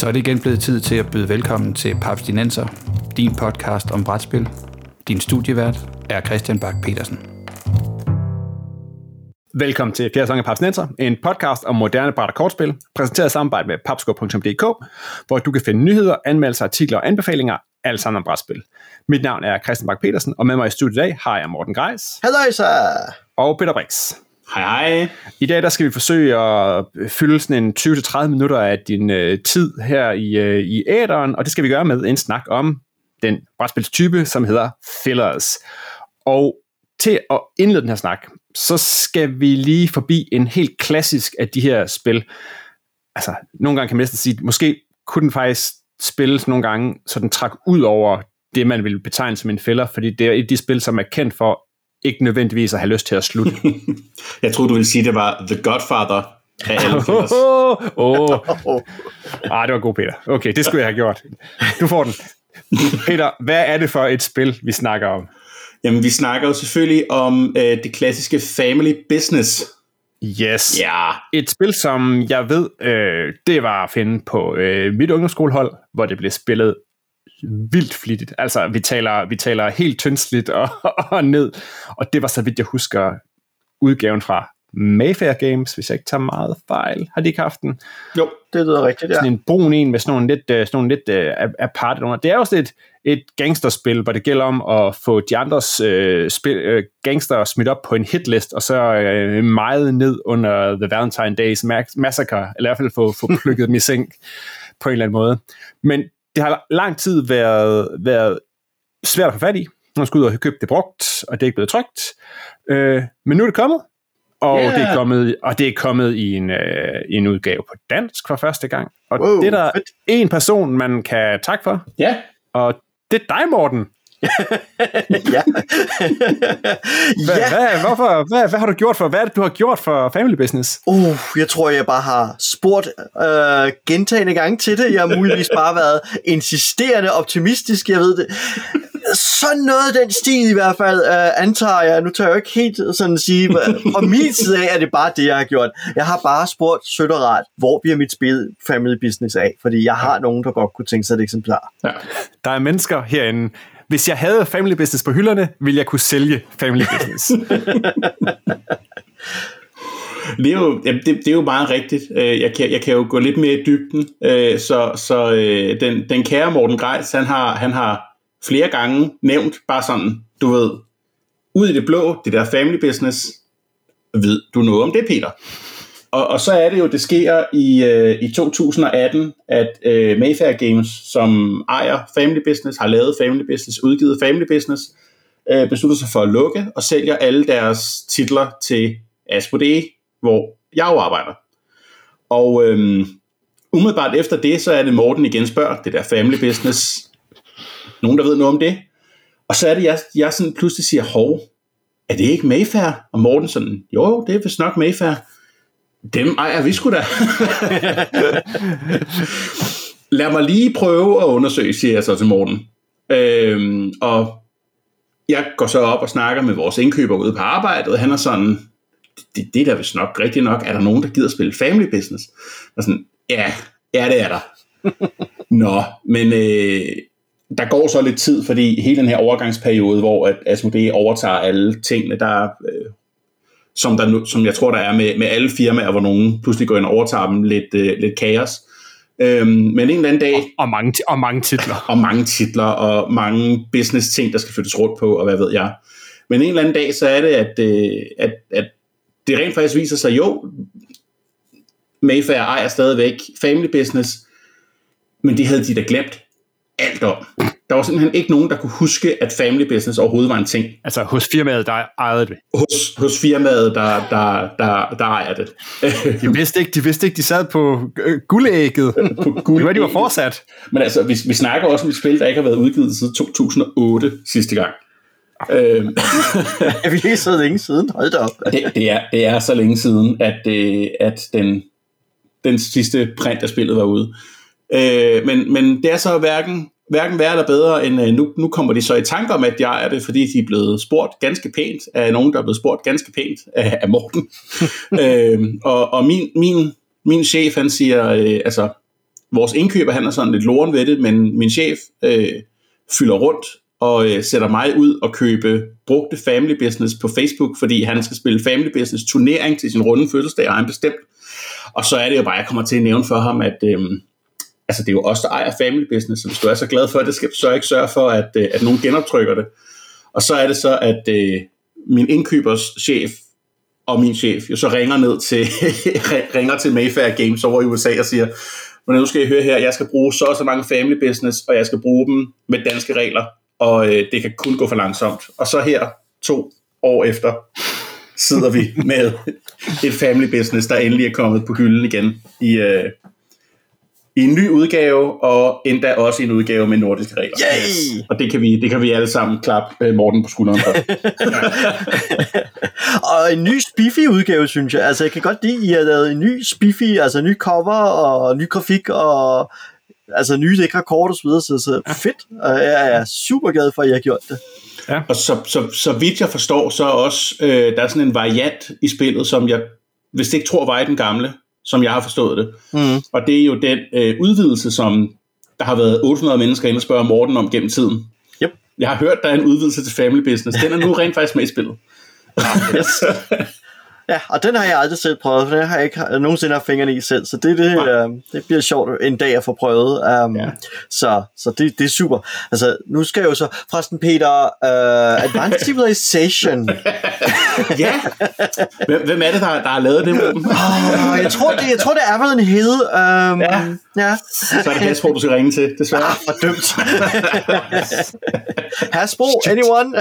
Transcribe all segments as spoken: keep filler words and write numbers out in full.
Så er det igen blevet tid til at byde velkommen til Papstinenser, din podcast om brætspil. Din studievært er Christian Bak Petersen. Velkommen til fjerde sæson af Papstinenser, en podcast om moderne bræt- og kortspil, præsenteret i samarbejde med papsko punktum d k, hvor du kan finde nyheder, anmeldelser, artikler og anbefalinger, alt sammen om brætspil. Mit navn er Christian Bak Petersen, og med mig i studiet i dag har jeg Morten Greis. Halløjsa! Og Peter Brix. Hej hej. I dag der skal vi forsøge at fylde sådan en tyve til tredive minutter af din øh, tid her i, øh, i æteren, og det skal vi gøre med en snak om den brætspilstype, som hedder fillers. Og til at indlede den her snak, så skal vi lige forbi en helt klassisk af de her spil. Altså, nogle gange kan man næsten sige, måske kunne den faktisk spilles nogle gange, så den trak ud over det, man vil betegne som en filler, fordi det er et af de spil, som er kendt for ikke nødvendigvis at have lyst til at slutte. Jeg troede, du ville sige, det var The Godfather af alle fillers. Åh, oh, oh. ah, det var god, Peter. Okay, det skulle jeg have gjort. Du får den. Peter, hvad er det for et spil, vi snakker om? Jamen, vi snakker jo selvfølgelig om øh, det klassiske Family Business. Yes. Ja. Et spil, som jeg ved, øh, det var at finde på øh, mit ungdomsskolehold, hvor det blev spillet vildt flittigt. Altså, vi taler, vi taler helt tyndsligt og, og ned. Og det var, så vidt jeg husker, udgaven fra Mayfair Games, hvis jeg ikke tager meget fejl. Har de ikke haft den? Jo, det lyder rigtigt, ja. Sådan en brun en med sådan nogle lidt, sådan nogle lidt uh, aparte under. Det er også et, et gangsterspil, hvor det gælder om at få de andres uh, spil, uh, gangster smidt op på en hitlist, og så uh, meget ned under The Valentine Days Massacre, eller i hvert fald få, få plukket dem i seng på en eller anden måde. Men det har lang tid været, været svært at få fat i. Man skal ud og købe det brugt, og det er ikke blevet trykt. Uh, men nu er det kommet. Og, yeah. det er kommet, og det er kommet i en, øh, en udgave på dansk for første gang. Og wow, det er der fedt. En person, man kan takke for. Ja. Yeah. Og det er dig, Morten. ja. Hvad, ja. Hvad, hvorfor, hvad, hvad har du gjort for? Hvad er det, du har gjort for Family Business? Uh, jeg tror, jeg bare har spurgt øh, gentagne gange til det. Jeg har muligvis bare været insisterende optimistisk, jeg ved det. Sådan noget af den stil i hvert fald, øh, antager jeg. Nu tager jeg jo ikke helt sådan at sige, fra min side af er det bare det, jeg har gjort. Jeg har bare spurgt sødt og rart, hvor bliver mit spil Family Business af? Fordi jeg har nogen, der godt kunne tænke sig et eksemplar. Ja. Der er mennesker herinde. Hvis jeg havde Family Business på hylderne, ville jeg kunne sælge Family Business. Det er, jo, det, det er jo meget rigtigt. Jeg kan, jeg kan jo gå lidt mere i dybden. Så, så den, den kære Morten Greis, han har, han har flere gange nævnt bare sådan, du ved, ud i det blå, det der Family Business, ved du noget om det, Peter? Og, og så er det jo, det sker i, øh, i to tusind og atten, at øh, Mayfair Games, som ejer Family Business, har lavet Family Business, udgivet Family Business, øh, beslutter sig for at lukke og sælger alle deres titler til Asmodee, hvor jeg jo arbejder. Og øh, umiddelbart efter det, så er det Morten igen spørger, det der Family Business, nogen der ved noget om det, og så er det, jeg, jeg sådan pludselig siger, hov, er det ikke Mayfair? Og Morten sådan, jo, det er vist nok Mayfair. Dem ejer vi sgu da. Lad mig lige prøve at undersøge, siger jeg så til Morten. Øhm, og jeg går så op og snakker med vores indkøber ude på arbejdet, og han er sådan, det, det er da vist nok rigtigt nok, er der nogen, der gider spille Family Business? Og sådan, ja, ja det er der. Nå, men øh, der går så lidt tid, fordi hele den her overgangsperiode, hvor at Asmodee overtager alle tingene, der øh, Som, der nu, som jeg tror, der er med, med alle firmaer, hvor nogen pludselig går ind og overtager dem lidt, øh, lidt kaos. Øhm, men en eller anden dag... Og, og, mange, og mange titler. Og mange titler, og mange business-ting, der skal flyttes rundt på, og hvad ved jeg. Men en eller anden dag, så er det, at, øh, at, at det rent faktisk viser sig, jo, Mayfair ejer stadigvæk Family Business, men det havde de da glemt alt om. Der var simpelthen ikke nogen, der kunne huske, at Family Business overhovedet var en ting. Altså hos firmaet, der ejede det. Hos, hos firmaet, der, der, der, der ejer det. De vidste ikke, de vidste ikke, de sad på øh, guldægget. På guld- det var, de var fortsat. Men altså, vi, vi snakker også om et spil, der ikke har været udgivet siden to tusind og otte sidste gang. øhm. Er vi ikke så længe siden? Hold da op. det, det, er, det er så længe siden, at, øh, at den, den sidste print af spillet var ude. Øh, men, men det er så hverken hverken værre eller bedre, end nu, nu kommer de så i tanke om, at jeg er det, fordi de er blevet spurgt ganske pænt af nogen, der er blevet spurgt ganske pænt af, af Morten. øhm, og og min, min, min chef, han siger, øh, altså, vores indkøber, han er sådan lidt loren ved det, men min chef øh, fylder rundt og øh, sætter mig ud og købe brugte family business på Facebook, fordi han skal spille family business turnering til sin runde fødselsdag, og han bestemt. Og så er det jo bare, jeg kommer til at nævne for ham, at øh, altså, det er jo os, der ejer family business, så hvis du er så glad for det, skal du så ikke sørge for, at, øh, at nogen genoptrykker det. Og så er det så, at øh, min indkøbers chef og min chef jo så ringer ned til ringer til Mayfair Games over i U S A og siger, men nu skal I høre her, jeg skal bruge så og så mange family business, og jeg skal bruge dem med danske regler, og øh, det kan kun gå for langsomt. Og så her, to år efter, sidder vi med et family business, der endelig er kommet på hylden igen i, øh, i en ny udgave, og endda også en udgave med nordiske regler. Yay! Og det kan vi, det kan vi alle sammen klappe øh, Morten på skulderen for. Og en ny spiffy udgave, synes jeg. Altså, jeg kan godt lide, at I har lavet en ny spiffy, altså ny cover og ny grafik og altså nye lækre kort og så videre, så, så fedt. Og jeg er super glad for, at I har gjort det. Ja. Og så, så, så vidt jeg forstår, så også, øh, der er sådan en variant i spillet, som jeg hvis ikke tror var i den gamle, som jeg har forstået det. Mm. Og det er jo den øh, udvidelse, som der har været otte hundrede mennesker inde og spørge Morten om gennem tiden. Yep. Jeg har hørt, der er en udvidelse til Family Business. Den er nu rent faktisk med i spillet. Yes. Ja, og den har jeg aldrig selv prøvet, for den har jeg ikke nogensinde haft fingrene i selv, så det, det, øh, det bliver sjovt en dag at få prøvet. Um, ja. Så, så det, det er super. Altså, nu skal jeg jo så, forresten Peter, uh, Advanced Civilization. Ja, hvem, hvem er det, der, der har lavet det? oh, jeg, tror, det, jeg tror, det er Avalon Hill. Um, ja. Ja. Så er det Hasbro, du skal ringe til, desværre. Ah, for dømt. Hasbro, anyone?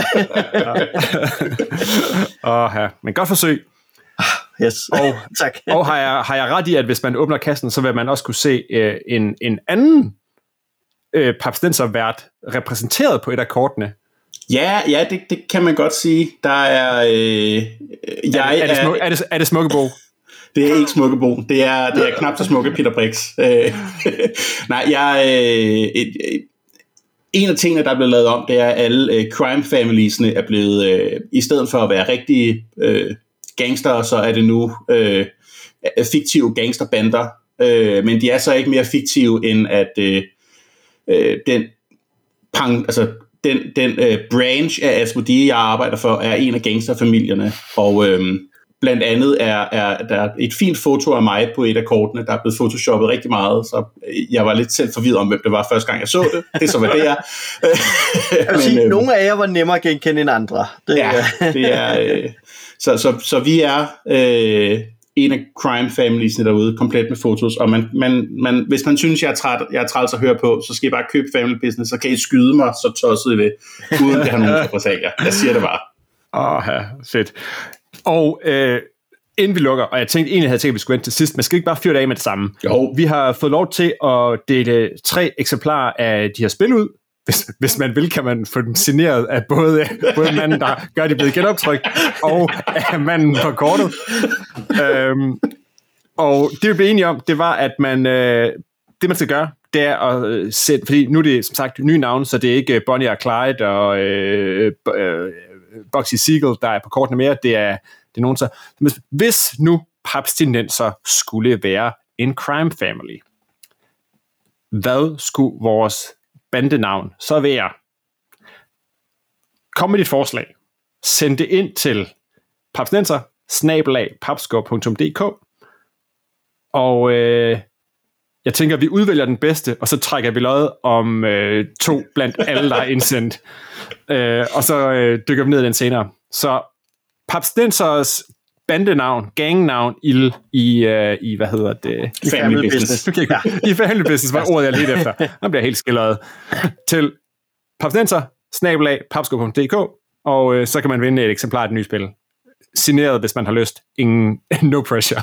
Åh, oh, ja. Men godt forsøg. Yes. Og, tak. Og har jeg, har jeg ret i, at hvis man åbner kassen, så vil man også kunne se øh, en, en anden øh, papstenservært repræsenteret på et af kortene. Ja, ja, det, det kan man godt sige. Der er... Øh, jeg er, det, er, det smuk, er, det, er det Smukkebo? Det er ikke Smukkebo. Det er, det er knap så smukke Peter Brix. Øh, nej, jeg... Øh, et, et, en af tingene, der er blevet lavet om, det er, at alle øh, crime familiesne er blevet... Øh, i stedet for at være rigtige... Øh, gangster, så er det nu øh, fiktive gangsterbander, øh, men de er så ikke mere fiktive, end at øh, øh, den, pang, altså, den, den øh, branch af Asmodee, jeg arbejder for, er en af gangsterfamilierne, og øh, blandt andet er, er der et fint foto af mig på et af kortene, der er blevet photoshoppet rigtig meget, så jeg var lidt selv forvirret om, hvem det var første gang, jeg så det. Det er så, hvad det er. Jeg vil sige, øh, nogle af jer var nemmere at genkende end andre. Det, ja, det er... Øh, Så, så, så vi er øh, en af crime familiesne derude, komplet med fotos, og man, man, man, hvis man synes, jeg er træt, jeg er træt at høre på, så skal I bare købe Family Business, så kan I skyde mig så tosset ved, uden det har nogen repressalier. Jeg siger det bare. Åh, oh, ja, fedt. Og øh, inden vi lukker, og jeg tænkte egentlig, jeg havde tænkt, at vi skulle vente til sidst, men skal ikke bare fyre det af med det samme? Jo. Vi har fået lov til at dele tre eksemplarer af de her spil ud. Hvis, hvis man vil, kan man få dem signeret af både, både manden, der gør det blevet genoptrykt, og af manden på kortet. Øhm, og det vi blev enige om, det var, at man, øh, det man skal gøre, det er at øh, sætte, fordi nu er det som sagt nye navne, så det er ikke Bonnie og Clyde og øh, øh, Bugsy Siegel, der er på kortene mere, det er, det er nogen så. Hvis nu papstinenser skulle være en crime family, hvad skulle vores bandenavn så være? Kom med dit forslag. Send det ind til papsnenser snabel-a papskov punktum d k og øh, jeg tænker, at vi udvælger den bedste, og så trækker vi lod om øh, to blandt alle, der er indsendt. Øh, og så øh, dykker vi ned i den senere. Så papsnensers bandenavn, gangnavn i, i, uh, i hvad hedder det? I family business. Okay, ja. I family business var ordet, jeg lidt efter. Nu bliver jeg helt skilleret. Til papsnenser snabel-a papskov punktum d k og uh, så kan man vinde et eksemplar af det nye spil. Signeret, hvis man har lyst. Ingen, no pressure.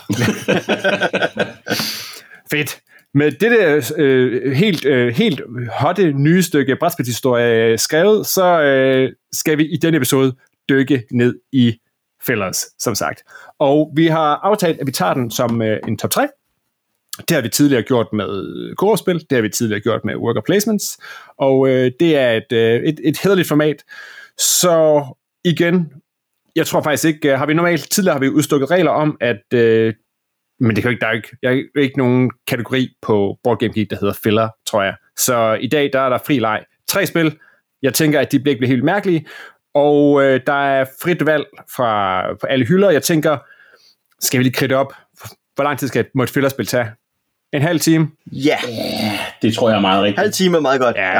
Fedt. Med det der øh, helt, øh, helt hotte nye stykke brætspilshistorie skrevet, så øh, skal vi i denne episode dykke ned i Fellers, som sagt. Og vi har aftalt, at vi tager den som øh, en top tre. Det har vi tidligere gjort med koopspil, det har vi tidligere gjort med worker placements, og øh, det er et, øh, et, et hæderligt format. Så igen, jeg tror faktisk ikke, har vi normalt, tidligere har vi udstukket regler om, at øh, men det kan ikke, der er ikke, jeg er ikke nogen kategori på Board Game Geek, der hedder filler, tror jeg. Så i dag, der er der fri leg. Tre spil. Jeg tænker, at de bliver ikke bliver helt mærkelige. Og øh, der er frit valg fra på alle hylder. Jeg tænker, skal vi lige kridte op? Hvor lang tid skal et, må et fillerspil tage? En halv time? Ja. Yeah. Det tror jeg er meget rigtigt. Halv time er meget godt. Ja. Ja.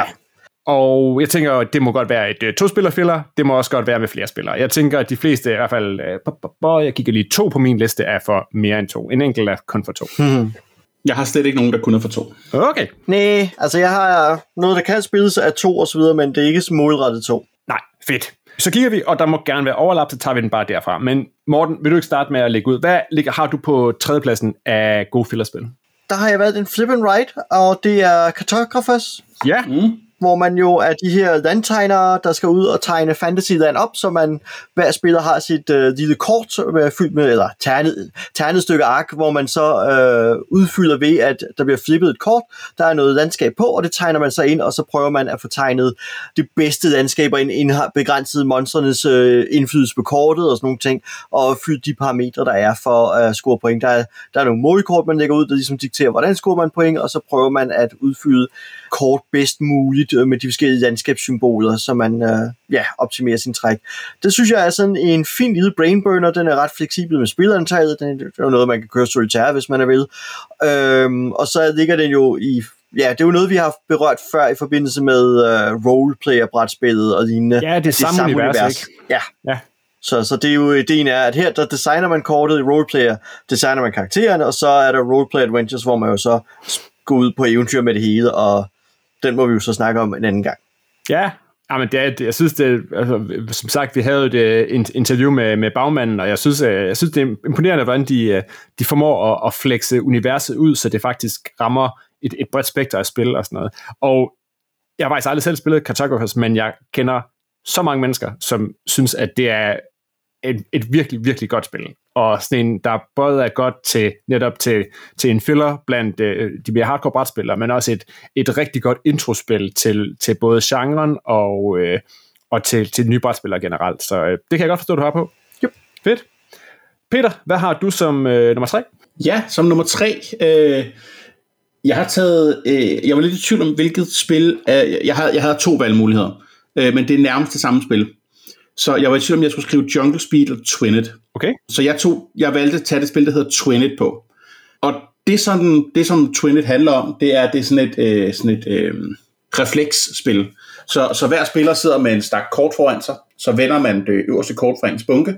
Og jeg tænker, det må godt være et uh, to-spiller-filler. Det må også godt være med flere spillere. Jeg tænker, at de fleste, i hvert fald, uh, jeg kigger lige to på min liste, er for mere end to. En enkelt er kun for to. Hmm. Jeg har slet ikke nogen, der kun er for to. Okay. Nej, altså jeg har noget, der kan spilles af to og så videre, men det er ikke så målrettet to. Nej, fedt. Så kigger vi, og der må gerne være overlap, så tager vi den bare derfra. Men Morten, vil du ikke starte med at lægge ud? Hvad ligger, har du på tredjepladsen af gode fillerspil? Der har jeg været en flip and write, og det er Cartographers. Ja. Mm. Hvor man jo er de her landtegnere, der skal ud og tegne Fantasyland op, så man hver spiller har sit øh, lille kort øh, fyldt med, eller ternet, ternet stykke ark, hvor man så øh, udfylder ved, at der bliver flippet et kort, der er noget landskab på, og det tegner man så ind, og så prøver man at få tegnet det bedste landskaber inden begrænset monsternes øh, indflydelse på kortet og sådan nogle ting, og fylde de parametre, der er for at øh, score point. Der er, der er nogle målkort, man lægger ud, der ligesom dikterer, hvordan scorer man point, og så prøver man at udfylde kort bedst muligt med de forskellige landskabssymboler, så man øh, ja, optimerer sin træk. Det synes jeg er sådan en fin lille brainburner. Den er ret fleksibel med spilantallet. Det er jo noget, man kan køre solitaire, hvis man er ved. Øhm, og så ligger den jo i... Ja, det er jo noget, vi har berørt før i forbindelse med øh, roleplayer-brætspillet og lignende. Ja, det er samme, samme univers, univers, ikke? Ja. Ja. Så, så det er jo ideen er, at her der designer man kortet i roleplayer, designer man karaktererne, og så er der roleplay adventures, hvor man jo så går ud på eventyr med det hele, og den må vi jo så snakke om en anden gang. Ja, men det er, jeg synes, det, altså, som sagt, vi havde et interview med, med bagmanden, og jeg synes, jeg synes, det er imponerende, hvordan de, de formår at, at flexe universet ud, så det faktisk rammer et, et bredt spekter af spil og sådan noget. Og jeg har faktisk aldrig selv spillet Cartographers, men jeg kender så mange mennesker, som synes, at det er et, et virkelig, virkelig godt spil. Og sådan en, der både er godt til netop til, til en filler blandt øh, de mere hardcore brætspillere, men også et, et rigtig godt introspil til, til både genren og, øh, og til, til nye brætspillere generelt. Så øh, det kan jeg godt forstå, du har på. Yep. Fedt. Peter, hvad har du som øh, nummer tre? Ja, som nummer tre. Øh, jeg har taget... Øh, jeg var lidt i tvivl om, hvilket spil... Øh, jeg, havde, jeg havde to valgmuligheder, øh, men det er nærmest det samme spil. Så jeg var i tvivl om, jeg skulle skrive Jungle Speed eller Twined. Okay. Så jeg, tog, jeg valgte at tage det spil, der hedder Twined på. Og det, sådan, det som Twined handler om, det er, det er sådan et, øh, sådan et øh, refleksspil. Så, så hver spiller sidder med en stak kort foran sig, så vender man det øverste kort fra ens bunke.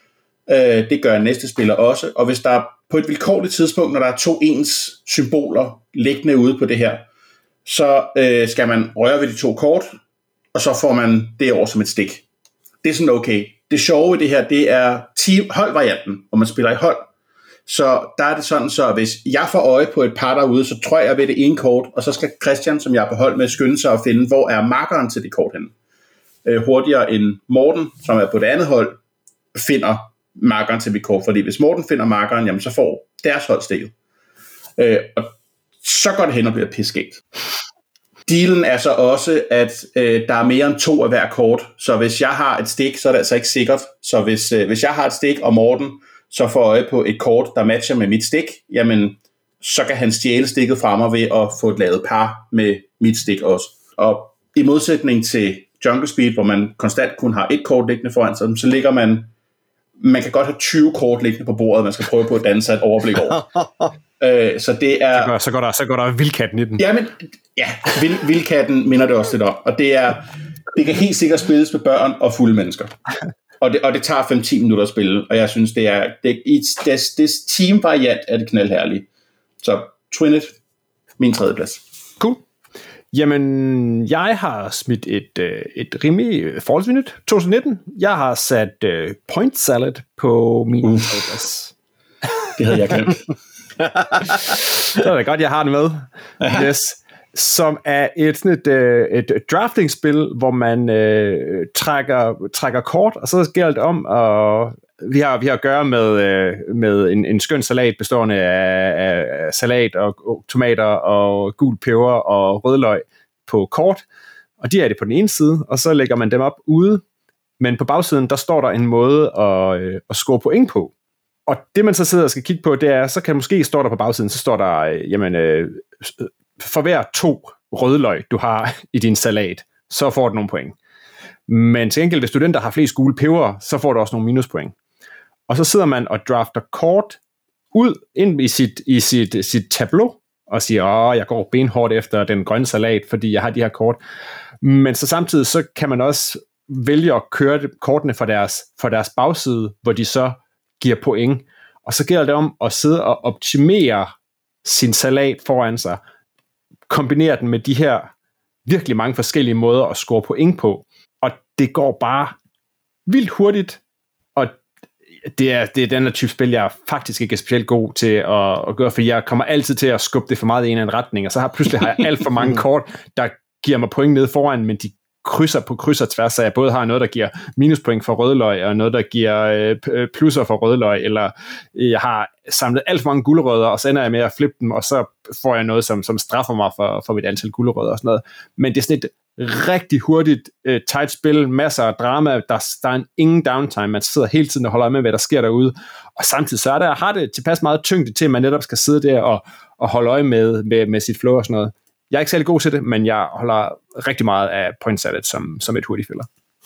Øh, det gør næste spiller også. Og hvis der er på et vilkårligt tidspunkt, når der er to ens symboler liggende ude på det her, så øh, skal man røre ved de to kort, og så får man det over som et stik. Det er sådan okay. Det sjove i det her, det er team, holdvarianten, hvor man spiller i hold. Så der er det sådan, så hvis jeg får øje på et par derude, så tror jeg ved det ene kort, og så skal Christian, som jeg er på hold med, skynde sig at finde, hvor er markeren til det kort henne. Øh, hurtigere end Morten, som er på det andet hold, finder markeren til mit kort. Fordi hvis Morten finder markeren, jamen så får deres hold stikket. Øh, og så går det hen og bliver pissegalt. Dealen er så også, at øh, der er mere end to af hver kort, så hvis jeg har et stik, så er det altså ikke sikkert. Så hvis, øh, hvis jeg har et stik, og Morten så får øje på et kort, der matcher med mit stik, jamen så kan han stjæle stikket fra mig ved at få et lavet par med mit stik også. Og i modsætning til Jungle Speed, hvor man konstant kun har et kort liggende foran sig, så ligger man, man kan godt have tyve kort liggende på bordet, man skal prøve på at danne sig et overblik over. Øh, så det er... Så går, så går der, så går der vildkatten i den. Ja, men ja, vild, vildkatten minder det også lidt om. Og det er, det kan helt sikkert spilles med børn og fulde mennesker. Og det, og det tager fem til ti minutter at spille, og jeg synes, det er, det, i det, det team-variant er det knaldherligt. Så Twined, min tredje plads. Cool. Jamen, jeg har smidt et, et rimelig forholdsvis nyt, to tusind nitten. Jeg har sat uh, Point Salad på min uh. tredje plads. Det havde jeg glemt. Det er da godt, jeg har det med. Yes. Som er et, sådan et, et drafting-spil, hvor man øh, trækker, trækker kort, og så gælder det om, og vi har, vi har at gøre med, øh, med en, en skøn salat, bestående af, af salat og, og tomater og gul peber og rødløg på kort, og de er det på den ene side, og så lægger man dem op ude, men på bagsiden, der står der en måde at, øh, at score point på. Og det man så sidder og skal kigge på, det er, så kan måske stå der på bagsiden, så står der, øh, jamen, øh, for hver to rødløg, du har i din salat, så får du nogle point. Men til gengæld, hvis du er den, der har flest gule peber, så får du også nogle minuspoint. Og så sidder man og drafter kort ud ind i sit, i sit, sit tableau, og siger, åh, jeg går benhårdt efter den grønne salat, fordi jeg har de her kort. Men så samtidig, så kan man også vælge at køre kortene fra deres, fra deres bagside, hvor de så giver point. Og så gælder det om at sidde og optimere sin salat foran sig, kombinere den med de her virkelig mange forskellige måder at score point på. Og det går bare vildt hurtigt, og det er, det er den her type spil, jeg faktisk ikke er specielt god til at, at gøre, for jeg kommer altid til at skubbe det for meget i en eller anden retning, og så har pludselig har jeg alt for mange kort, der giver mig point nede foran, men de krydser på kryds og tværs, så jeg både har noget, der giver minuspoint for rødløg, og noget, der giver øh, plusser for rødløg, eller jeg har samlet alt for mange gulerødder, og så ender jeg med at flippe dem, og så får jeg noget, som, som straffer mig for, for mit antal gulerødder og sådan noget. Men det er sådan et rigtig hurtigt, øh, tight spil, masser af drama, der, der er ingen downtime, man sidder hele tiden og holder med, hvad der sker derude, og samtidig så er der, har det tilpas meget tyngde til, at man netop skal sidde der og, og holde øje med, med, med sit flow og sådan noget. Jeg er ikke særlig god til det, men jeg holder rigtig meget af point salad som, som et hurtigt filler.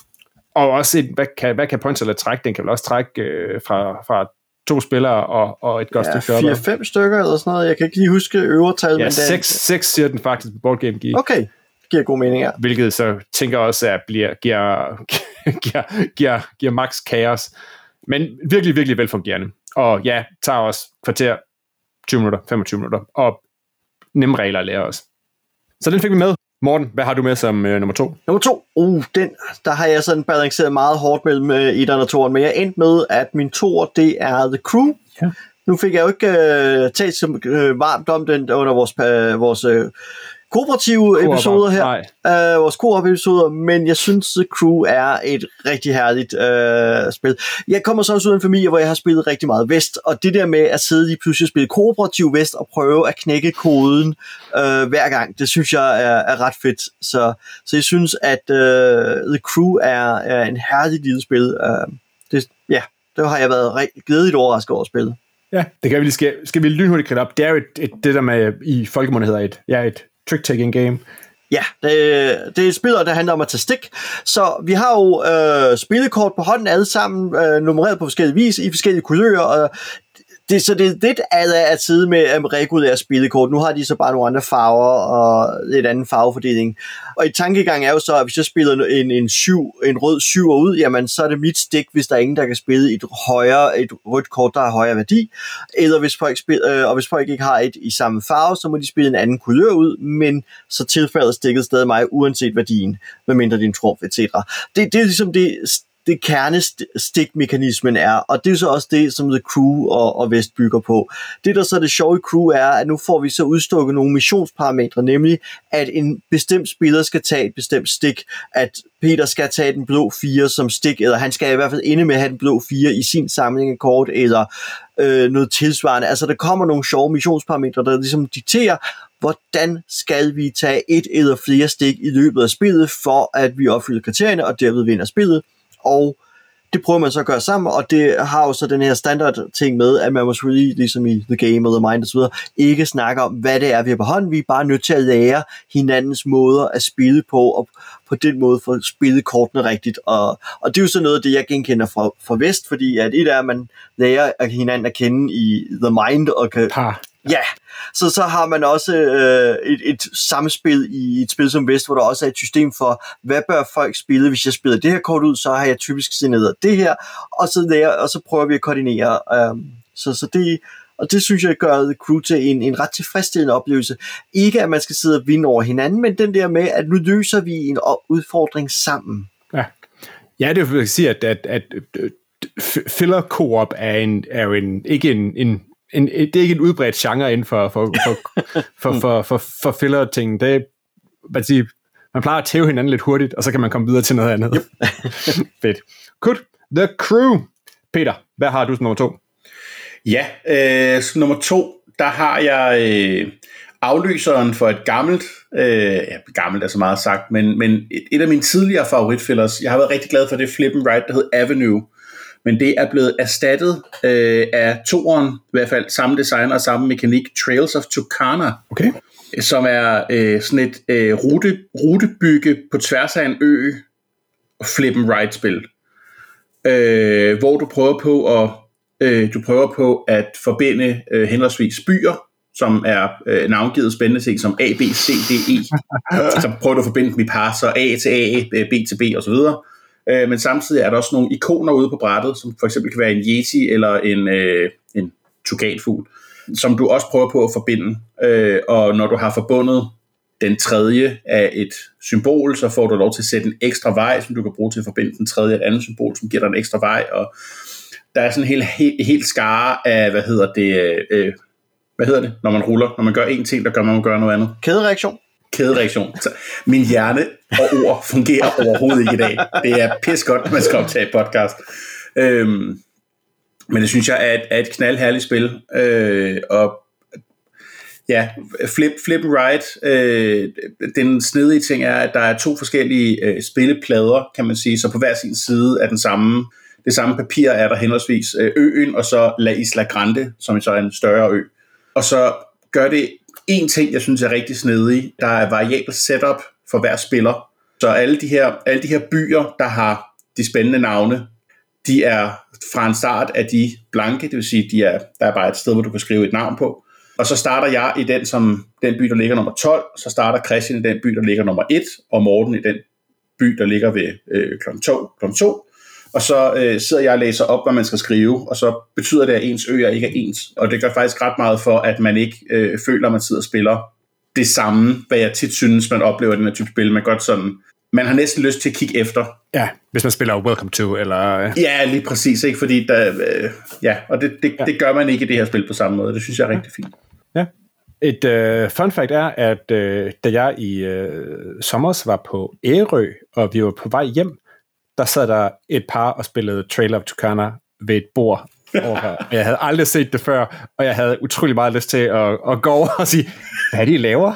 Og også, et, hvad, kan, hvad kan point salad trække? Den kan vel også trække øh, fra, fra to spillere og, og et godt ja, stykke. fire fem stykker eller sådan noget. Jeg kan ikke lige huske øvertal. Ja, men seks, seks siger den faktisk på Board Game Geek. Okay, giver god mening, ja. Hvilket så tænker også, at bliver, giver, giver, giver, giver max kaos. Men virkelig, virkelig velfungerende. Og ja, tager også kvarter, tyve minutter, femogtyve minutter. Og nemme regler at lære os. Så den fik vi med. Morten, hvad har du med som øh, nummer to? Nummer to, uh, den, der har jeg sådan balanceret meget hårdt mellem øh, etteren og toeren, men jeg endte med, at min toer, det er The Crew. Ja. Nu fik jeg jo ikke øh, talt så øh, varmt om den under vores, øh, vores øh, kooperative Co-op episoder her, øh, vores co-op episoder, men jeg synes, The Crew er et rigtig herligt øh, spil. Jeg kommer så også ud af en familie, hvor jeg har spillet rigtig meget Vest, og det der med at sidde i pludselig spille kooperativ Vest og prøve at knække koden øh, hver gang, det synes jeg er, er ret fedt. Så, så jeg synes, at øh, The Crew er, er en herlig lille spil. Øh, det, ja, det har jeg været rigtig glædeligt overrasket over at spille. Ja, det kan vi lige skal, skal vi lynhurtigt kridte op. Det er jo et, et, det, der med i folkemunde hedder et, ja, et trick-taking game. Ja, det, det er et spil, der handler om at tage stik. Så vi har jo øh, spillekort på hånden alle sammen, øh, nummereret på forskellige vis, i forskellige kulører, og det, så det er lidt at sidde med um, regulære spillekort. Nu har de så bare nogle andre farver og lidt anden farvefordeling. Og i tankegang er jo så, at hvis jeg spiller en, en, syv, en rød syver ud, jamen så er det mit stik, hvis der er ingen, der kan spille et, højere, et rødt kort, der har højere værdi. Eller hvis folk, spil, øh, og hvis folk ikke har et i samme farve, så må de spille en anden kulør ud, men så tilfælder stikket stadig mig, uanset værdien, medmindre din trumf, et cetera. Det, det er ligesom det... det kernestikmekanismen er, og det er så også det, som The Crew og, og Vest bygger på. Det, der så er det sjove i Crew, er, at nu får vi så udstukket nogle missionsparametre, nemlig, at en bestemt spiller skal tage et bestemt stik, at Peter skal tage den blå fire som stik, eller han skal i hvert fald ende med at have den blå fire i sin samling af kort, eller øh, noget tilsvarende. Altså, der kommer nogle sjove missionsparametre, der ligesom dikterer, hvordan skal vi tage et eller flere stik i løbet af spillet, for at vi opfylder kriterierne, og derved vinder spillet. Og det prøver man så at gøre sammen, og det har jo så den her standard ting med, at man må selvfølgelig, ligesom i The Game eller Mind osv., ikke snakke om, hvad det er, vi har på hånden. Vi er bare nødt til at lære hinandens måder at spille på, og på den måde få spillet kortene rigtigt. Og, og det er jo så noget af det, jeg genkender fra, fra Vest, fordi at et er, at man lærer at hinanden at kende i The Mind, og kan... Par. Ja, så så har man også øh, et, et samspil i et spil som Vest, hvor der også er et system for, hvad bør folk spille, hvis jeg spiller det her kort ud, så har jeg typisk signeret det her, og så, lærer, og så prøver vi at koordinere. Øh, så, så det, og det synes jeg gør The Crew til en, en ret tilfredsstillende oplevelse. Ikke at man skal sidde og vinde over hinanden, men den der med, at nu løser vi en udfordring sammen. Ja, ja det vil sige, at, at, at filler co-op er, en, er jo en, ikke en... en En, det er ikke en udbredt genre inden for, for, for, for, for, for, for filler-ting. Det er, man, siger, man plejer at tæve hinanden lidt hurtigt, og så kan man komme videre til noget andet. Yep. Fedt. Good. The Crew. Peter, hvad har du som nummer to? Ja, øh, som nummer to, der har jeg øh, afløseren for et gammelt, øh, ja, gammelt er så meget sagt, men, men et, et af mine tidligere favoritfillers. Jeg har været rigtig glad for det flip and write, der hed Avenue. men det er blevet erstattet øh, af toeren, i hvert fald samme designer og samme mekanik, Trails of Tucana, Okay. som er øh, sådan et øh, rute, rutebygge på tværs af en ø, flip and ride spil, øh, hvor du prøver på at øh, du prøver på at forbinde øh, henholdsvis byer, som er øh, navngivet spændende ting som A, B, C, D, E. Så prøver du at forbinde dem i par, så A til A, B til B osv. Øh, men samtidig er der også nogle ikoner ude på brættet, som for eksempel kan være en yeti eller en, øh, en tugatfugl, som du også prøver på at forbinde. Øh, og når du har forbundet den tredje af et symbol, så får du lov til at sætte en ekstra vej, som du kan bruge til at forbinde den tredje af et andet symbol, som giver dig en ekstra vej. Og der er sådan en helt, helt, helt skare af, hvad hedder det, øh, hvad hedder det, når man ruller, når man gør en ting, der gør man gør noget andet. Kædereaktion. Kædereaktion. Så min hjerne og ord fungerer overhovedet ikke i dag. Det er pis godt, når man skal optage et podcast. Øhm, men det synes jeg er et, er et knaldherligt spil. Øh, og ja, flip, flip and ride. Øh, den snedige ting er, at der er to forskellige øh, spilleplader, kan man sige, så på hver sin side af den samme, det samme papir er der henholdsvis øh, øen, og så La Isla Grande, som så er en større ø. Og så gør det en ting, jeg synes er rigtig snedig. Der er variabel setup for hver spiller. Så alle de her, alle de her byer, der har de spændende navne, de er fra en start af de blanke, det vil sige, de er, der er bare et sted, hvor du kan skrive et navn på. Og så starter jeg i den, som, den by, der ligger nummer tolv, så starter Christian i den by, der ligger nummer et, og Morten i den by, der ligger ved øh, klokken to. Og så øh, sidder jeg og læser op, hvad man skal skrive, og så betyder det, at ens øer ikke er ens. Og det gør faktisk ret meget for, at man ikke øh, føler, at man sidder og spiller det samme, hvad jeg tit synes, man oplever i den her type spil. Man, godt sådan, man har næsten lyst til at kigge efter. Ja, hvis man spiller Welcome to, eller... Ja, lige præcis, ikke? Fordi der, øh, ja, og det, det, ja. det gør man ikke i det her spil på samme måde. Det synes jeg er rigtig fint. Ja. Et øh, fun fact er, at øh, da jeg i øh, sommers var på Ærø, og vi var på vej hjem, der sad der et par og spillede Trail of Tucana ved et bord over. Jeg havde aldrig set det før, og jeg havde utrolig meget lyst til at, at gå over og sige, hvad er det, I laver?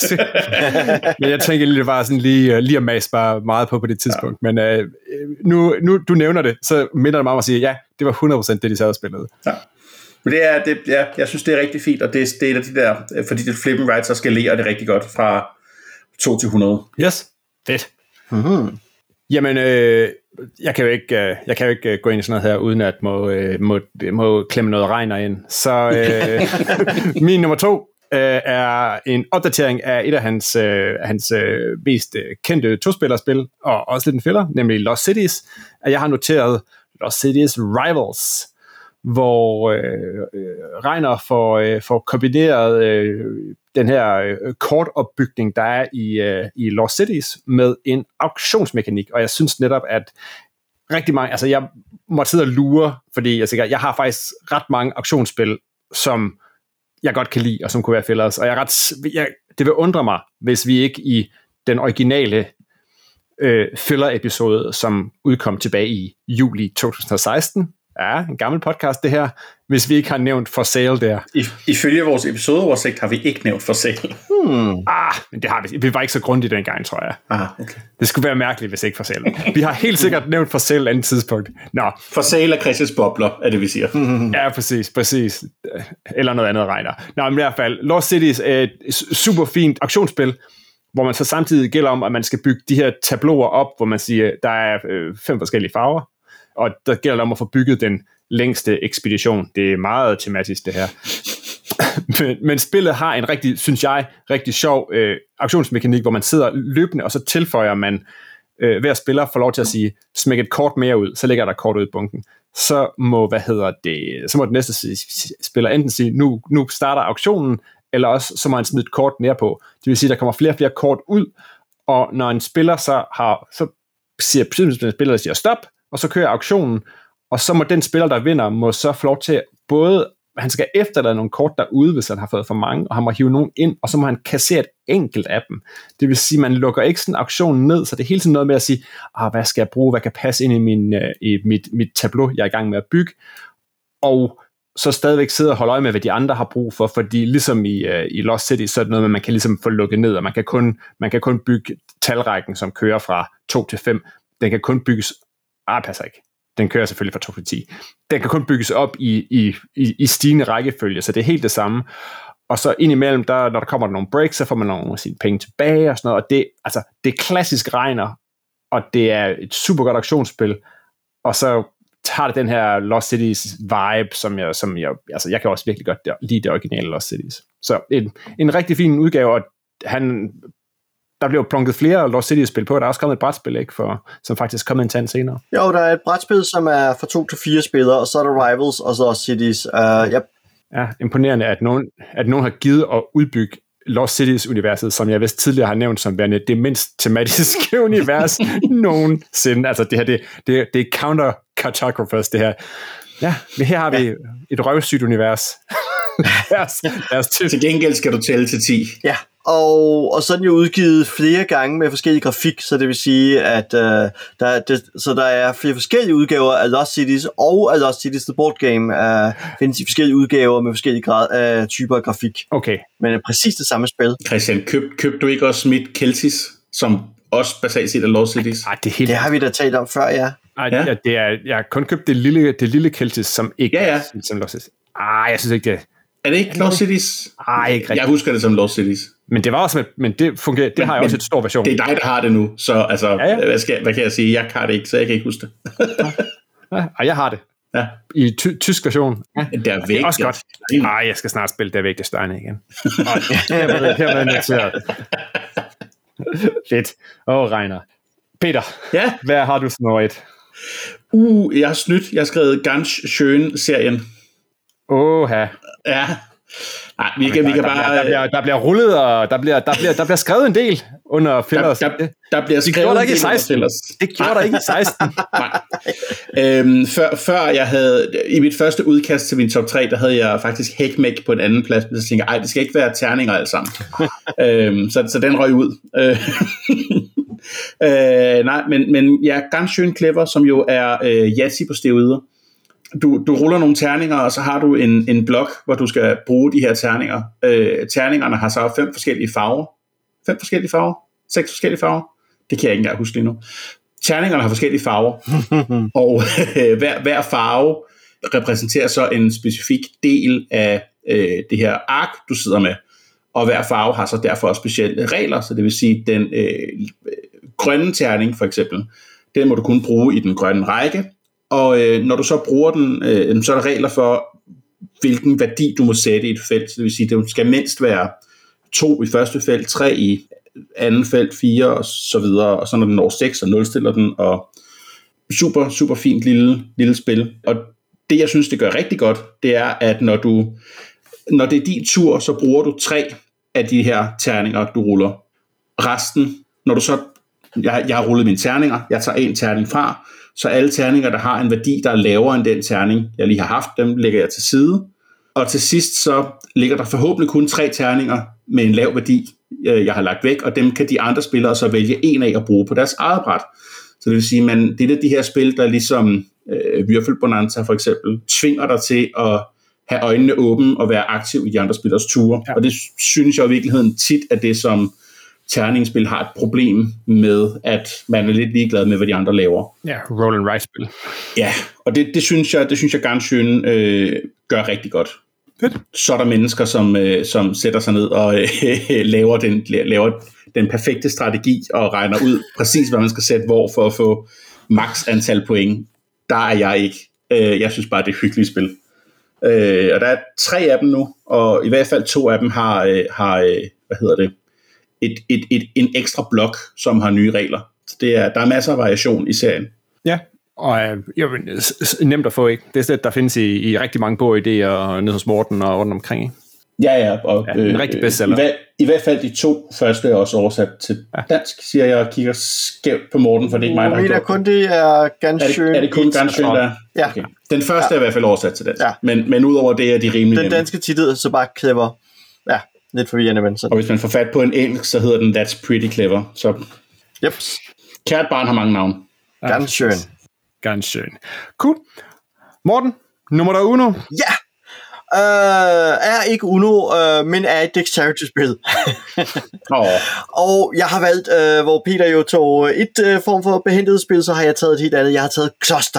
Men jeg tænker lige, det var sådan lige, lige at mase bare meget på på det tidspunkt. Ja. Men øh, nu, nu du nævner det, så minder det mig om at sige, ja, det var hundrede procent det, de sad og spillede. Ja. Men det er, det, ja, jeg synes, det er rigtig fint, og det, det er et af de der, fordi det flip and ride, så skalerer det rigtig godt fra to til hundrede. Yes, fedt. Mm-hmm. Jamen, øh, jeg kan jo ikke, øh, jeg kan jo ikke gå ind i sådan noget her, uden at må, øh, må, må klemme noget regner ind. Så øh, min nummer to øh, er en opdatering af et af hans, øh, hans øh, mest kendte to-spillerspil, og også lidt en fælder, nemlig Lost Cities. Jeg har noteret Lost Cities Rivals, hvor øh, Reiner får, øh, får kombineret øh, den her øh, kortopbygning, der er i, øh, i Lost Cities, med en auktionsmekanik, og jeg synes netop, at rigtig mange, altså jeg må sidde og lure, fordi jeg, siger, jeg har faktisk ret mange auktionsspil, som jeg godt kan lide, og som kunne være fællers, og jeg er ret, jeg, det vil undre mig, hvis vi ikke i den originale øh, filler-episode, som udkom tilbage i juli to tusind og seksten, ja, en gammel podcast det her, hvis vi ikke har nævnt For Sale der. I, ifølge vores episodeoversigt har vi ikke nævnt For Sale. Hmm. Ah, men det har vi. Vi var ikke så grundigt dengang, tror jeg. Ah, okay. Det skulle være mærkeligt, hvis ikke For Sale. Vi har helt sikkert nævnt For Sale et andet tidspunkt. Nå. For Sale er Christians bobler, er det vi siger. Ja, præcis, præcis. Eller noget andet regner. Nå, men i hvert fald, Lost Cities er et super fint auktionsspil, hvor man så samtidig gælder om, at man skal bygge de her tableauer op, hvor man siger, der er øh, fem forskellige farver, og der gælder om at få bygget den længste ekspedition. Det er meget tematisk, det her. men, men spillet har en rigtig, synes jeg, rigtig sjov øh, auktionsmekanik, hvor man sidder løbende, og så tilføjer man, øh, hver spiller får lov til at sige, smæk et kort mere ud, så lægger der kort ud i bunken. Så må, hvad hedder det, så må den næste spiller enten sige, nu, nu starter auktionen, eller også så må han smide et kort mere på. Det vil sige, der kommer flere og flere kort ud, og når en spiller så har, så siger spilleren siger stop, og så kører auktionen, og så må den spiller, der vinder, må så få lov til både, han skal efterlade nogle kort derude, hvis han har fået for mange, og han må hive nogen ind, og så må han kassere et enkelt af dem. Det vil sige, man lukker ikke sådan auktionen ned, så det er hele tiden noget med at sige, ah, hvad skal jeg bruge, hvad kan passe ind i, min, i mit, mit tableau, jeg er i gang med at bygge, og så stadigvæk sidde og holde øje med, hvad de andre har brug for, fordi ligesom i, uh, i Lost City, så er det noget med, man kan ligesom få lukket ned, og man kan kun, man kan kun bygge talrækken, som kører fra to til fem. Den kan kun bygges, ah, passer ikke. den kører selvfølgelig fra to til ti. Den kan kun bygges op i, i, i, i stigende rækkefølge, så det er helt det samme. Og så indimellem, der, når der kommer nogle breaks, så får man nogle af sine penge tilbage og sådan noget, og det, altså, det er klassisk regner, og det er et super godt aktionsspil, og så tager det den her Lost Cities vibe, som jeg, som jeg, altså jeg kan også virkelig godt lide det originale Lost Cities. Så en, en rigtig fin udgave, og han, der bliver plunket flere Lost Cities-spil på, der er også kommet et brætspil, ikke, for, som faktisk kommer en tand senere. Jo, der er et brætspil, som er fra to til fire spillere, og så er der Rivals, og så Lost Cities. Uh, yep. Ja, imponerende, at nogen, at nogen har givet at udbygge Lost Cities-universet, som jeg vist tidligere har nævnt som værende det mindst tematiske univers nogensinde. Altså det her, det, det, det er counter-cartographers, det her. Ja, men her har vi ja. et røvsygt univers. lad os, lad os til. Til gengæld skal du tælle til ti. Ja, og, og så er den jo udgivet flere gange med forskellige grafik, så det vil sige, at uh, der, det, så der er flere forskellige udgaver af Lost Cities, og af Lost Cities The Board Game uh, findes i forskellige udgaver med forskellige grad, uh, typer af grafik. Okay. Men er præcis det samme spil. Christian, køb, køb du ikke også mit Keltis, som også basalt set er Lost Cities? Ej, det, er helt... det har vi da talt om før, ja. Ej, ja. Ja, det er, jeg har kun købt det lille, det lille Keltis, som ikke ja, ja. er som Lost Cities. Ej, jeg synes ikke det. Er det ikke Lost Cities? Ej, ikke rigtigt. Jeg husker det som Lost Cities. Men det var også, men det fungerer, det men, har jeg også et stor version. Det er dig, der har det nu, så altså, ja, ja. Hvad, skal, hvad kan jeg sige? Jeg har det ikke, så jeg kan ikke huske det. ja, og jeg har det. Ja. I ty- tysk version. Ja. Der er væk. Det er også godt. Ej, jeg skal snart spille Der væk det Steine igen. Her var noteret. Fedt. Åh, oh, Reiner. Peter, ja? Hvad har du sådan over et? Uh, jeg har snydt. Jeg har skrevet Ganz Schön-serien. Åh, ja. Ja. Nej, vi kan, der, vi kan der, bare... Der, der, bliver, der bliver rullet, og der bliver, der bliver, der bliver skrevet en del under Fillers. Der, der, der bliver skrevet det gjorde der ikke i seksten. Det gjorde der ikke i seksten. Nej. Øhm, før, før jeg havde... I mit første udkast til min top tre, der havde jeg faktisk Heckmech på en anden plads, men så tænkte jeg, ej, det skal ikke være terninger alt sammen. øhm, så, så den røg ud. øh, nej, men, men ja, Ganz schön clever, som jo er øh, Yahtzee på steroider. Du, du ruller nogle terninger, og så har du en, en blok, hvor du skal bruge de her terninger. Øh, terningerne har så fem forskellige farver. Fem forskellige farver? Seks forskellige farver? Det kan jeg ikke engang huske lige nu. Terningerne har forskellige farver, og øh, hver, hver farve repræsenterer så en specifik del af øh, det her ark, du sidder med. Og hver farve har så derfor også specielle regler, så det vil sige, den øh, grønne terning for eksempel, den må du kun bruge i den grønne række. Og øh, når du så bruger den, øh, så er der regler for, hvilken værdi du må sætte i et felt. Så det vil sige, at det skal mindst være to i første felt, tre i anden felt, fire og så videre. Og så når den når seks, så nulstiller den. Og super, super fint lille, lille spil. Og det, jeg synes, det gør rigtig godt, det er, at når, du, når det er din tur, så bruger du tre af de her terninger, du ruller. Resten, når du så... Jeg, jeg har rullet mine terninger, jeg tager en terning fra, så alle terninger, der har en værdi, der er lavere end den terning, jeg lige har haft, dem lægger jeg til side. Og til sidst så ligger der forhåbentlig kun tre terninger med en lav værdi, jeg har lagt væk, og dem kan de andre spillere så vælge en af at bruge på deres eget bræt. Så det vil sige, at det er det, de her spil, der ligesom øh, Würfelbonanza for eksempel, tvinger dig til at have øjnene åbne og være aktiv i de andre spillers ture. Ja. Og det synes jeg i virkeligheden tit er det, som terningsspil har et problem med, at man er lidt ligeglad med, hvad de andre laver. Ja, roll and write spil. Ja, og det, det synes jeg, det synes jeg Ganz schön øh, gør rigtig godt. Fedt. Så er der mennesker, som, øh, som sætter sig ned og øh, laver, den, laver den perfekte strategi og regner ud præcis, hvad man skal sætte hvor for at få maks antal point. Der er jeg ikke. Øh, jeg synes bare, det er et hyggeligt spil. Øh, og der er tre af dem nu, og i hvert fald to af dem har, øh, har øh, hvad hedder det, Et, et, et, en ekstra blok, som har nye regler. Så det er, der er masser af variation i serien. Ja, og øh, jo, nemt at få, ikke? Det er sådan, der findes i, i rigtig mange bogidéer og nede hos Morten og rundt omkring, ikke? Ja, ja. Og, ja, en rigtig bestseller. Øh, i, I hvert fald de to første er også oversat til ja. dansk, siger jeg, og kigger skævt på Morten, for det er ikke mig, der har gjort det. kun det er Ganz schön. Er det, er det kun Ganz schön, der? Ja. Okay. Den første ja. er i hvert fald oversat til dansk. Ja. Men, men udover det er de rimelig Den nemme. danske titel så bare clever. Ja. Lidt forvirrende, men sådan. Og hvis man får fat på en engelsk, så hedder den That's Pretty Clever. Så yep. Kært barn har mange navne. Ganz schön. Ganz schön. Cool. Morten, nummer der uno. Ja! Uh, er ikke Uno, uh, men er et dexterity-spil. oh. Og jeg har valgt, uh, hvor Peter jo tog et uh, form for behentet spil, så har jeg taget et helt andet. Jeg har taget Kloster.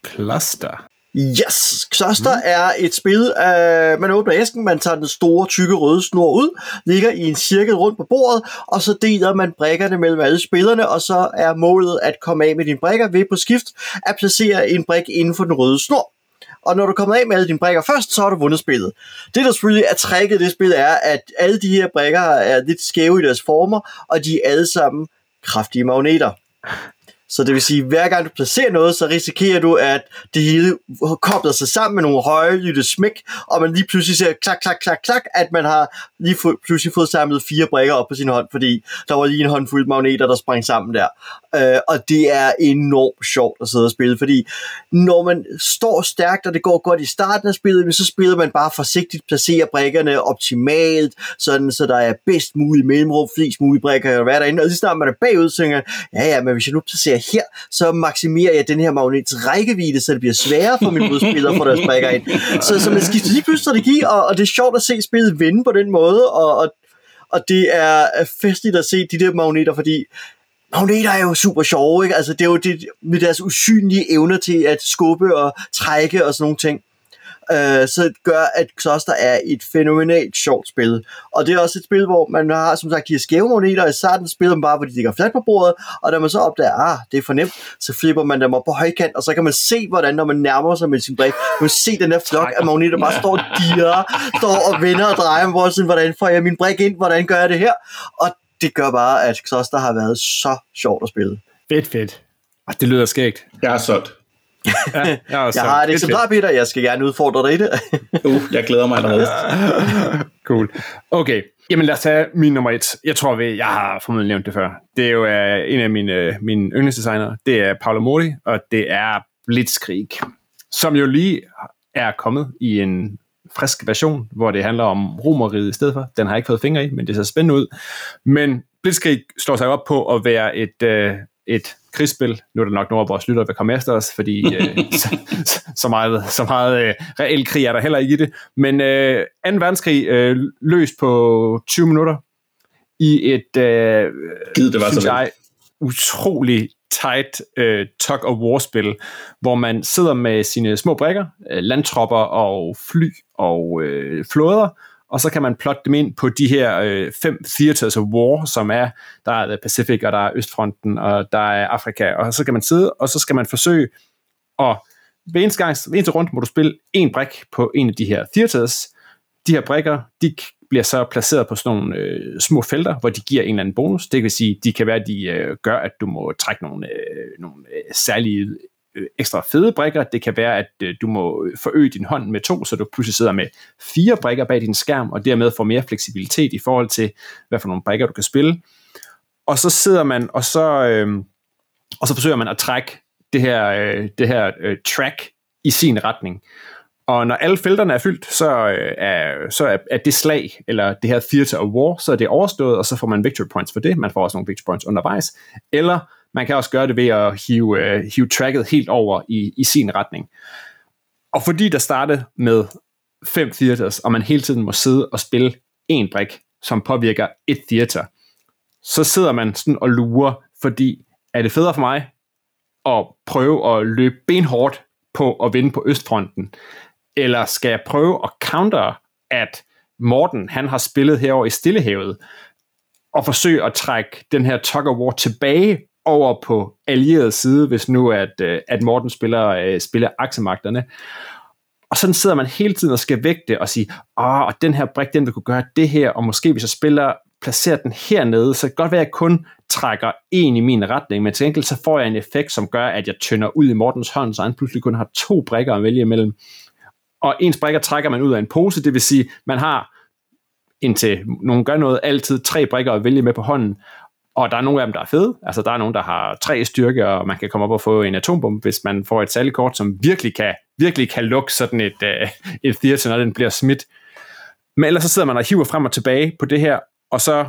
Cluster. Yes, Cluster mm. er et spil, uh, man åbner æsken, man tager den store, tykke, røde snor ud, ligger i en cirkel rundt på bordet, og så deler man brikkerne mellem alle spillerne, og så er målet at komme af med dine brikker ved på skift at placere en brik inden for den røde snor. Og når du kommer af med alle dine brikker først, så har du vundet spillet. Det, der selvfølgelig er tricket i det spil, er, at alle de her brikker er lidt skæve i deres former, og de er alle sammen kraftige magneter. Så det vil sige, at hver gang du placerer noget, så risikerer du, at det hele kobler sig sammen med nogle høje lytte smæk, og man lige pludselig ser klak, klak, klak, klak, at man har lige få, pludselig fået samlet fire brikker op på sin hånd, fordi der var lige en håndfuld magneter, der sprang sammen der. Uh, og det er enormt sjovt at sidde og spille, fordi når man står stærkt, og det går godt i starten af spillet, så spiller man bare forsigtigt, placerer brikkerne optimalt, sådan så der er bedst muligt mellemrum, flest mulige brikker kan være derinde, og lige snart man er bagud, så tænker jeg, ja ja, men hvis jeg nu placerer her, så maksimerer jeg den her magnets rækkevidde, så det bliver sværere for mine modspillere at få deres brikker ind. Så, så man skifter lige pludselig strategi, og, og det er sjovt at se spillet vinde på den måde, og, og, og det er festligt at se de der magneter, fordi magneter er jo super sjove, ikke? Altså det er jo det med deres usynlige evner til at skubbe og trække og sådan nogle ting. Uh, så det gør, at Cluster er et fænomenalt sjovt spil. Og det er også et spil, hvor man har, som sagt, de her skæve magneter, og i starten spiller man bare, hvor de ligger fladt på bordet, og da man så opdager, ah, det er for nemt, så flipper man dem op på højkant, og så kan man se, hvordan, når man nærmer sig med sin brik, man kan se den der flok af magneter, bare står og dirrer, står og vender og drejer, hvor sådan, hvordan får jeg min brik ind, hvordan gør jeg det her? Og det gør bare, at Cluster har været så sjovt at spille. Fedt, fedt. Og det lyder skægt. Jeg er solgt. Ja, jeg, jeg har et eksemplar, Peter. Jeg skal gerne udfordre dig i det. uh, jeg glæder mig allerede. Cool. Okay, jamen lad os tage min nummer et. Jeg tror, vi, jeg har formodentlig nævnt det før. Det er jo uh, en af mine, mine yndlingsdesignere. Det er Paolo Mori, og det er Blitzkrieg, som jo lige er kommet i en frisk version, hvor det handler om Romerriget i stedet for. Den har jeg ikke fået fingre i, men det ser spændende ud. Men Blitzkrieg slår sig op på at være et... Uh, et krigsspil. Nu er der nok nogle af vores lyttere, der vil komme efter os, fordi øh, så, så meget, så meget øh, reel krig er der heller ikke i det. Men øh, anden verdenskrig øh, løst på tyve minutter i et, øh, Gid, det var synes så jeg, utrolig tight øh, tug-of-war-spil, hvor man sidder med sine små brikker, øh, landtropper og fly og øh, flåder, og så kan man plotte dem ind på de her øh, fem theaters of war, som er, der er Pacific, og der er Østfronten, og der er Afrika, og så kan man sidde, og så skal man forsøge at, ved eneste gang, ved eneste rundt må du spille en brik på en af de her theaters. De her brikker, de bliver så placeret på sådan nogle øh, små felter, hvor de giver en eller anden bonus. Det vil sige, de kan være, at de øh, gør, at du må trække nogle, øh, nogle øh, særlige ekstra fede brikker. Det kan være, at øh, du må forøge din hånd med to, så du pludselig sidder med fire brikker bag din skærm, og dermed får mere fleksibilitet i forhold til, hvad for nogle brikker du kan spille. Og så sidder man, og så, øh, og så forsøger man at trække det her, øh, det her øh, track i sin retning. Og når alle felterne er fyldt, så, øh, er, så er, er det slag, eller det her theater of war, så er det overstået, og så får man victory points for det. Man får også nogle victory points undervejs. Eller man kan også gøre det ved at hive, uh, hive tracket helt over i, i sin retning. Og fordi der startede med fem theaters, og man hele tiden må sidde og spille en brik, som påvirker et theater, så sidder man sådan og lurer, fordi er det federe for mig at prøve at løbe benhårdt på at vinde på Østfronten, eller skal jeg prøve at counter, at Morten, han har spillet herovre i Stillehavet, og forsøge at trække den her tug of war tilbage over på allieret side, hvis nu at, at Morten spiller, spiller aksemagterne. Og sådan sidder man hele tiden og skal vægte og sige, åh, og den her brik, den vil kunne gøre det her, og måske hvis jeg spiller, placerer den hernede, så kan det godt være, at jeg kun trækker en i min retning, men til enkelt så får jeg en effekt, som gør, at jeg tynder ud i Mortens hånd, så han pludselig kun har to brikker at vælge imellem. Og ens brikker trækker man ud af en pose, det vil sige, man har indtil nogen gør noget, altid tre brikker at vælge med på hånden, og der er nogle af dem, der er fede. Altså, der er nogen, der har tre styrke, og man kan komme op og få en atombombe, hvis man får et særligt kort, som virkelig kan, virkelig kan lukke sådan et, uh, et theater, når den bliver smidt. Men ellers så sidder man og hiver frem og tilbage på det her, og så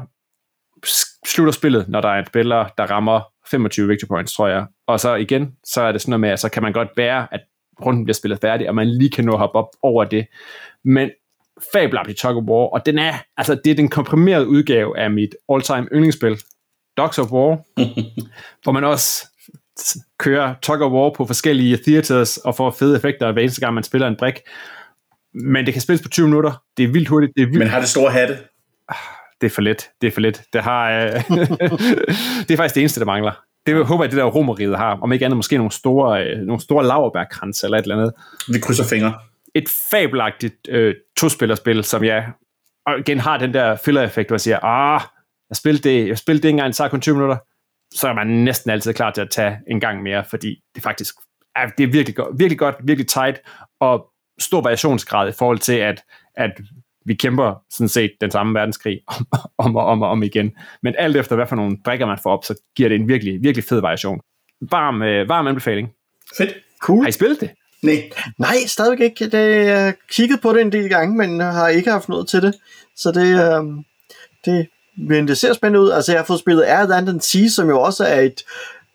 slutter spillet, når der er en spiller, der rammer femogtyve victory points, tror jeg. Og så igen, så er det sådan noget med, at så kan man godt være, at runden bliver spillet færdig, og man lige kan nå at hoppe op over det. Men fabelagtig tug of war, og den er, altså det er den komprimerede udgave af mit all-time yndlingsspil, Dogs of War, hvor man også køre tug of war på forskellige theaters og får fede effekter hver eneste gang, man spiller en brik. Men det kan spilles på tyve minutter. Det er vildt hurtigt. Det er vildt. Men har det store hatte? Det er for let. Det er for let. Det, har, øh... det er faktisk det eneste, der mangler. Det håber jeg, det der Romerriget har. Om ikke andet, måske nogle store, øh, nogle store laurbærkrans eller et eller andet. Vi krydser fingre. Et fabelagtigt øh, to-spillerspil, som jeg og igen har den der filler-effekt, hvor jeg siger, ah, jeg spillede det, jeg spillede det engang, det tager kun tyve minutter. Så er man næsten altid klar til at tage en gang mere, fordi det faktisk er, det er virkelig godt, virkelig godt, virkelig tight, og stor variationsgrad i forhold til, at, at vi kæmper sådan set den samme verdenskrig om, om og om og om igen. Men alt efter, hvad for nogle brikker man får op, så giver det en virkelig, virkelig fed variation. Varm, øh, varm anbefaling. Fedt. Cool. Har I spillet det? Nej. Nej, stadigvæk ikke. Det, jeg kiggede på det en del gange, men har ikke haft noget til det. Så det, øh, det, men det ser spændende ud. Altså, jeg har fået spillet Air Than Sea, som jo også er et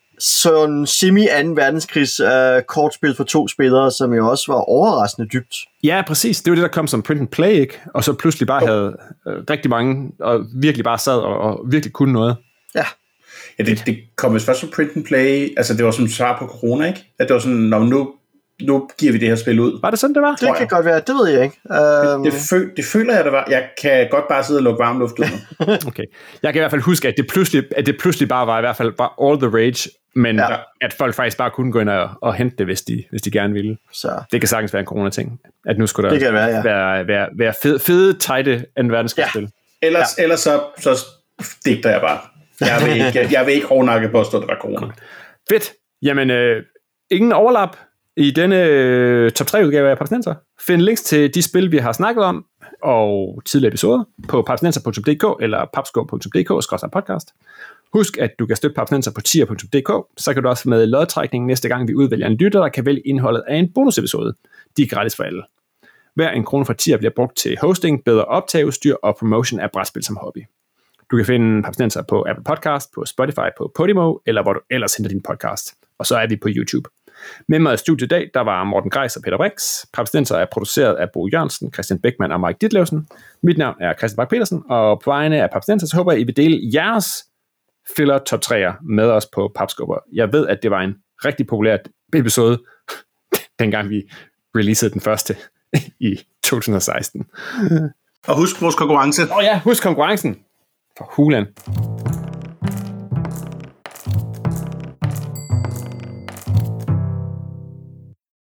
sådan semi-anden verdenskrigs øh, kortspil for to spillere, som jo også var overraskende dybt. Ja, præcis. Det var det, der kom som print and play, ikke? Og så pludselig bare oh. havde øh, rigtig mange, og virkelig bare sad og, og virkelig kunne noget. Ja. Ja, det, det kom først som print and play, altså det var som svar på corona, ikke? At det var sådan, når nu, nu giver vi det her spil ud. Var det sådan, det var? Det kan jeg. godt være, det ved jeg ikke. Um... Det, det, føl, det føler jeg, det var. Jeg kan godt bare sidde og lukke varm luft ud nu. Okay. Jeg kan i hvert fald huske, at det pludselig, at det pludselig bare var i hvert fald bare all the rage, men ja. At folk faktisk bare kunne gå ind og, og hente det, hvis de, hvis de gerne ville. Så. Det kan sagtens være en corona-ting. At nu skulle der det være, ja. være, være, være fede, fede tighte anden verdenskrigsspil. Ja. Ellers, ja. ellers så, så digter jeg bare. Jeg vil ikke, jeg vil ikke rovnakke på at stå, at det var corona. Fedt. Jamen, øh, ingen overlap i denne øh, top tre udgave af Papsnenser. Find links til de spil, vi har snakket om, og tidligere episoder på papsnenser punktum d k eller papsko punktum d k skråstreg podcast. Husk, at du kan støtte Papsnenser på tier punktum d k, så kan du også med i lodtrækningen næste gang, vi udvælger en lytter, der kan vælge indholdet af en bonusepisode. De er gratis for alle. Hver en krone fra tier bliver brugt til hosting, bedre optageudstyr og promotion af brætspil som hobby. Du kan finde Papsnenser på Apple Podcast, på Spotify, på Podimo, eller hvor du ellers henter din podcast. Og så er vi på YouTube. Med mig i studiet i dag, der var Morten Greis og Peter Brix. Papsnenser er produceret af Bo Jørgensen, Christian Beckmann og Mike Ditlevsen. Mit navn er Christian Bak petersen, og på vegne af Papsnenser, så håber jeg, I vil dele jeres filler top treer med os på Papskubber. Jeg ved, at det var en rigtig populær episode, dengang vi releasede den første i to tusind og seksten. Og husk vores konkurrence. Åh oh ja, husk konkurrencen. For hulen.